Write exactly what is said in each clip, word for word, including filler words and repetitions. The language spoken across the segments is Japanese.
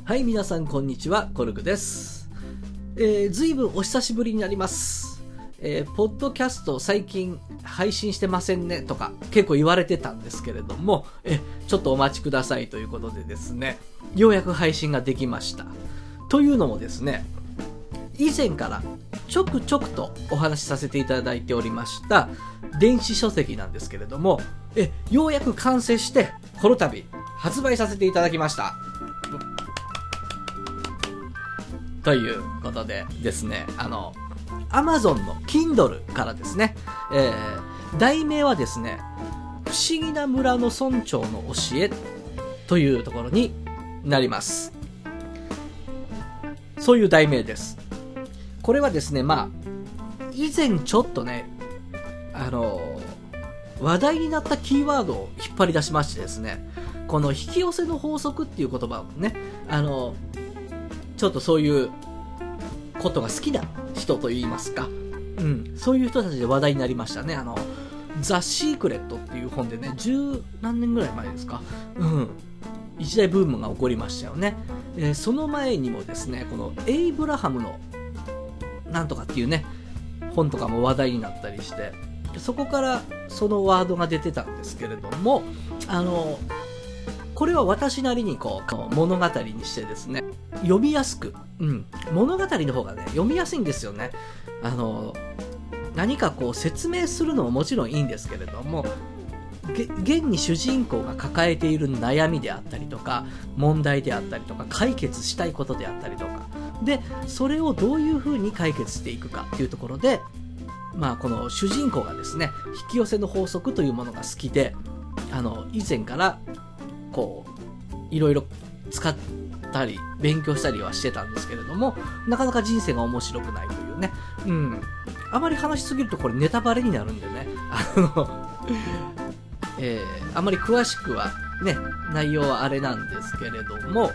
はい、皆さんこんにちは、コルクです。えー、ずいぶんお久しぶりになります。えー、ポッドキャスト最近配信してませんねとか結構言われてたんですけれども、え、ちょっとお待ちくださいということでですね、ようやく配信ができました。というのもですね、以前からちょくちょくとお話しさせていただいておりました電子書籍なんですけれども、え、ようやく完成してこの度発売させていただきました。ということでですね、あの Amazon の Kindle からですね、えー、題名はですね、不思議な村の村長の教えというところになります。そういう題名です。これはですね、まあ以前ちょっとね、あの話題になったキーワードを引っ張り出しましてですね、この引き寄せの法則っていう言葉をね、あのちょっとそういうことが好きな人といいますか、うん、そういう人たちで話題になりましたね。あのザ・シークレットっていう本でね、十何年ぐらい前ですか、うん、一大ブームが起こりましたよね。えー、その前にもですね、このエイブラハムのなんとかっていうね本とかも話題になったりして、そこからそのワードが出てたんですけれども、あのこれは私なりにこう物語にしてですね、読みやすく、うん、物語の方がね読みやすいんですよね。あの何かこう説明するのももちろんいいんですけれども、現に主人公が抱えている悩みであったりとか問題であったりとか解決したいことであったりとかで、それをどういうふうに解決していくかっていうところで、まあこの主人公がですね、引き寄せの法則というものが好きで、あの以前からこういろいろ使ったり勉強したりはしてたんですけれども、なかなか人生が面白くないというね、うん、あまり話しすぎるとこれネタバレになるんでね、あの、えー、あまり詳しくはね内容はあれなんですけれども、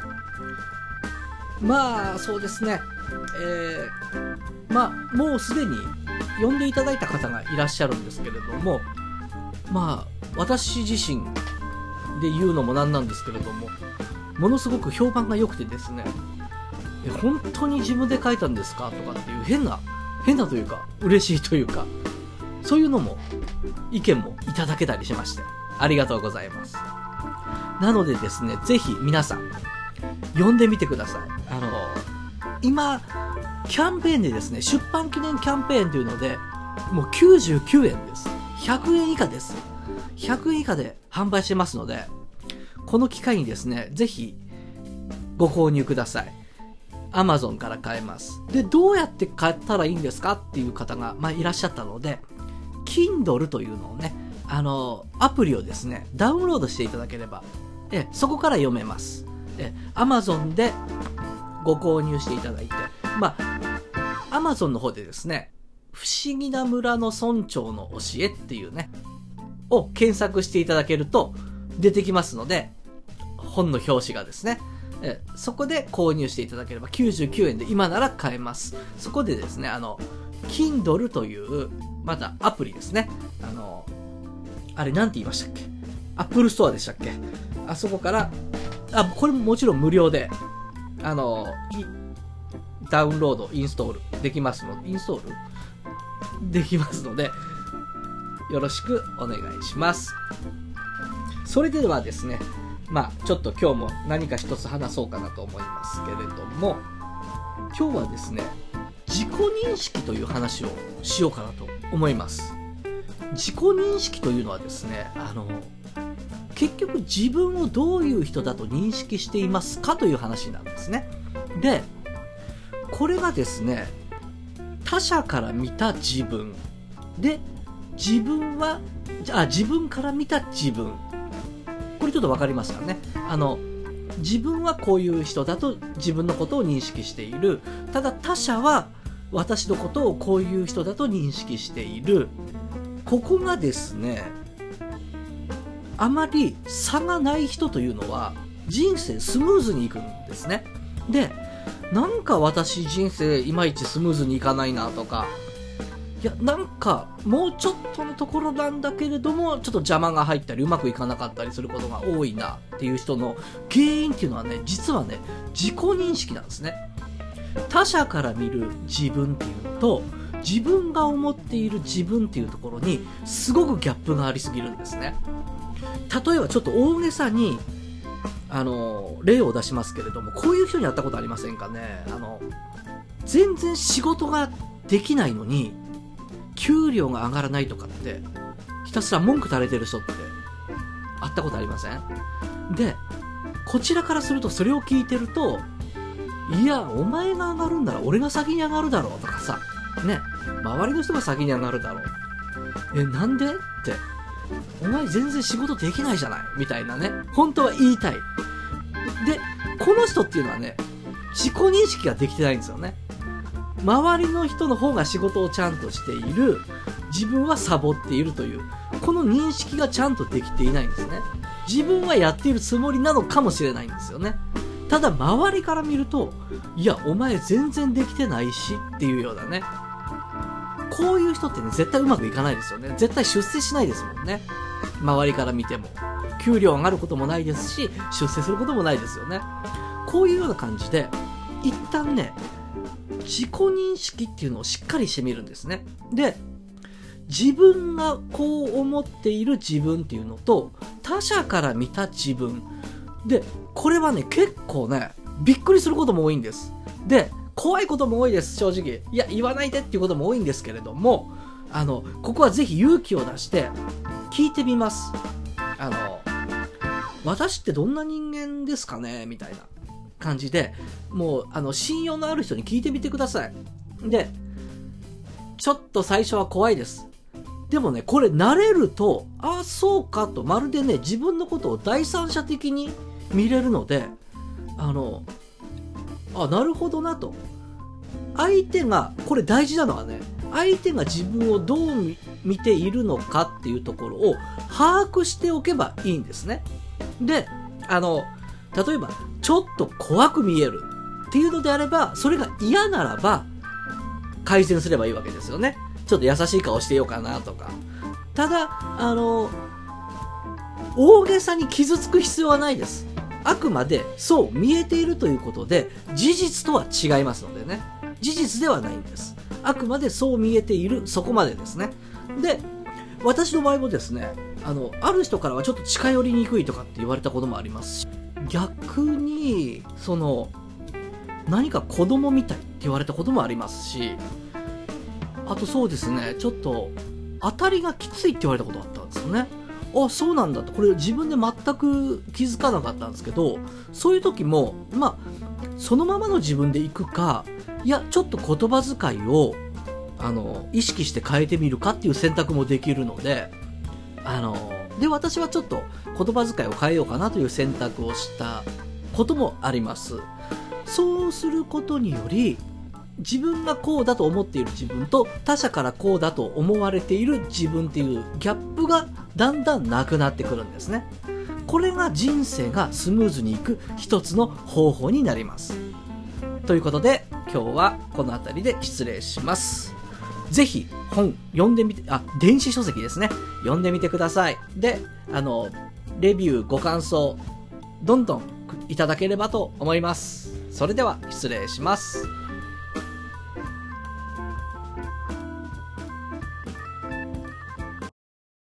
まあそうですね、えー、まあもうすでに読んでいただいた方がいらっしゃるんですけれども、まあ私自身で言うのもなんなんですけれども、ものすごく評判が良くてですね、え本当に自分で書いたんですかとかっていう変な変なというか嬉しいというか、そういうのも意見もいただけたりしまして、ありがとうございます。なのでですね、ぜひ皆さん読んでみてください。あの今キャンペーンでですね、出版記念キャンペーンというのでもうきゅうじゅうきゅうえんです。ひゃくえん以下です。ひゃくえん以下で販売してますので、この機会にですね、ぜひご購入ください。Amazon から買えます。で、どうやって買ったらいいんですかっていう方が、まあ、いらっしゃったので、Kindle というのをね、あのアプリをですねダウンロードしていただければ、えそこから読めます。え Amazon でご購入していただいて、まあ Amazon の方でですね、不思議な村の村長の教えっていうねを検索していただけると出てきますので、本の表紙がですね、えそこで購入していただければきゅうじゅうきゅうえんで今なら買えます。そこでですね、あの Kindle というまたアプリですね、あのあれなんて言いましたっけ、 Apple Store でしたっけ、あそこからあこれももちろん無料であのダウンロードインストールできますので、インストールできますのでよろしくお願いします。それではですね、まあちょっと今日も何か一つ話そうかなと思いますけれども、今日はですね、自己認識という話をしようかなと思います。自己認識というのはですね、あの結局自分をどういう人だと認識していますかという話なんですね。で、これがですね、他者から見た自分で、自分はあ自分から見た自分、これちょっと分かりますかね。あの自分はこういう人だと自分のことを認識している。ただ他者は私のことをこういう人だと認識している。ここがですね、あまり差がない人というのは人生スムーズにいくんですね。で、なんか私人生いまいちスムーズにいかないなとか、 いや、なんか、もうちょっとのところなんだけれども、ちょっと邪魔が入ったり、うまくいかなかったりすることが多いなっていう人の原因っていうのはね、実はね、自己認識なんですね。他者から見る自分っていうのと、自分が思っている自分っていうところに、すごくギャップがありすぎるんですね。例えばちょっと大げさに、あの、例を出しますけれども、こういう人に会ったことありませんかね。あの、全然仕事ができないのに、給料が上がらないとかって、ひたすら文句垂れてる人って、会ったことありません？で、こちらからするとそれを聞いてると、いや、お前が上がるんなら俺が先に上がるだろうとかさ、ね、周りの人が先に上がるだろう。え、なんでって、お前全然仕事できないじゃないみたいなね、本当は言いたい。で、この人っていうのはね、自己認識ができてないんですよね。周りの人の方が仕事をちゃんとしている、自分はサボっているという、この認識がちゃんとできていないんですね。自分はやっているつもりなのかもしれないんですよね。ただ周りから見ると、いや、お前全然できてないしっていうようなね。こういう人ってね、絶対うまくいかないですよね。絶対出世しないですもんね。周りから見ても。給料上がることもないですし、出世することもないですよね。こういうような感じで、一旦ね、自己認識っていうのをしっかりしてみるんですね。で、自分がこう思っている自分っていうのと、他者から見た自分。で、これはね、結構ね、びっくりすることも多いんです。で、怖いことも多いです、正直。いや、言わないでっていうことも多いんですけれども、あの、ここはぜひ勇気を出して、聞いてみます。あの、私ってどんな人間ですかねみたいな感じで、もう、あの、信用のある人に聞いてみてください。で、ちょっと最初は怖いです。でもね、これ慣れると、ああ、そうかと、まるでね、自分のことを第三者的に見れるので、あの、あ、なるほどなと。相手が、これ大事なのはね、相手が自分をどう見ているのかっていうところを把握しておけばいいんですね。で、あの、例えば、ちょっと怖く見えるっていうのであれば、それが嫌ならば、改善すればいいわけですよね。ちょっと優しい顔してようかなとか。ただ、あの、大げさに傷つく必要はないです。あくまでそう見えているということで、事実とは違いますのでね。事実ではないんです。あくまでそう見えている、そこまでですね。で、私の場合もですね、あの、ある人からはちょっと近寄りにくいとかって言われたこともありますし、逆に、その、何か子供みたいって言われたこともありますし、あとそうですね、ちょっと、当たりがきついって言われたことがあったんですよね。あ、そうなんだと。これ自分で全く気づかなかったんですけど、そういう時も、まあ、そのままの自分で行くか、いや、ちょっと言葉遣いを、あの、意識して変えてみるかっていう選択もできるので、あの、で、私はちょっと言葉遣いを変えようかなという選択をしたこともあります。そうすることにより、自分がこうだと思っている自分と他者からこうだと思われている自分っていうギャップがだんだんなくなってくるんですね。これが人生がスムーズにいく一つの方法になります。ということで今日はこの辺りで失礼します。ぜひ本読んでみて、あ、電子書籍ですね。読んでみてください。で、あの、レビューご感想どんどんいただければと思います。それでは失礼します。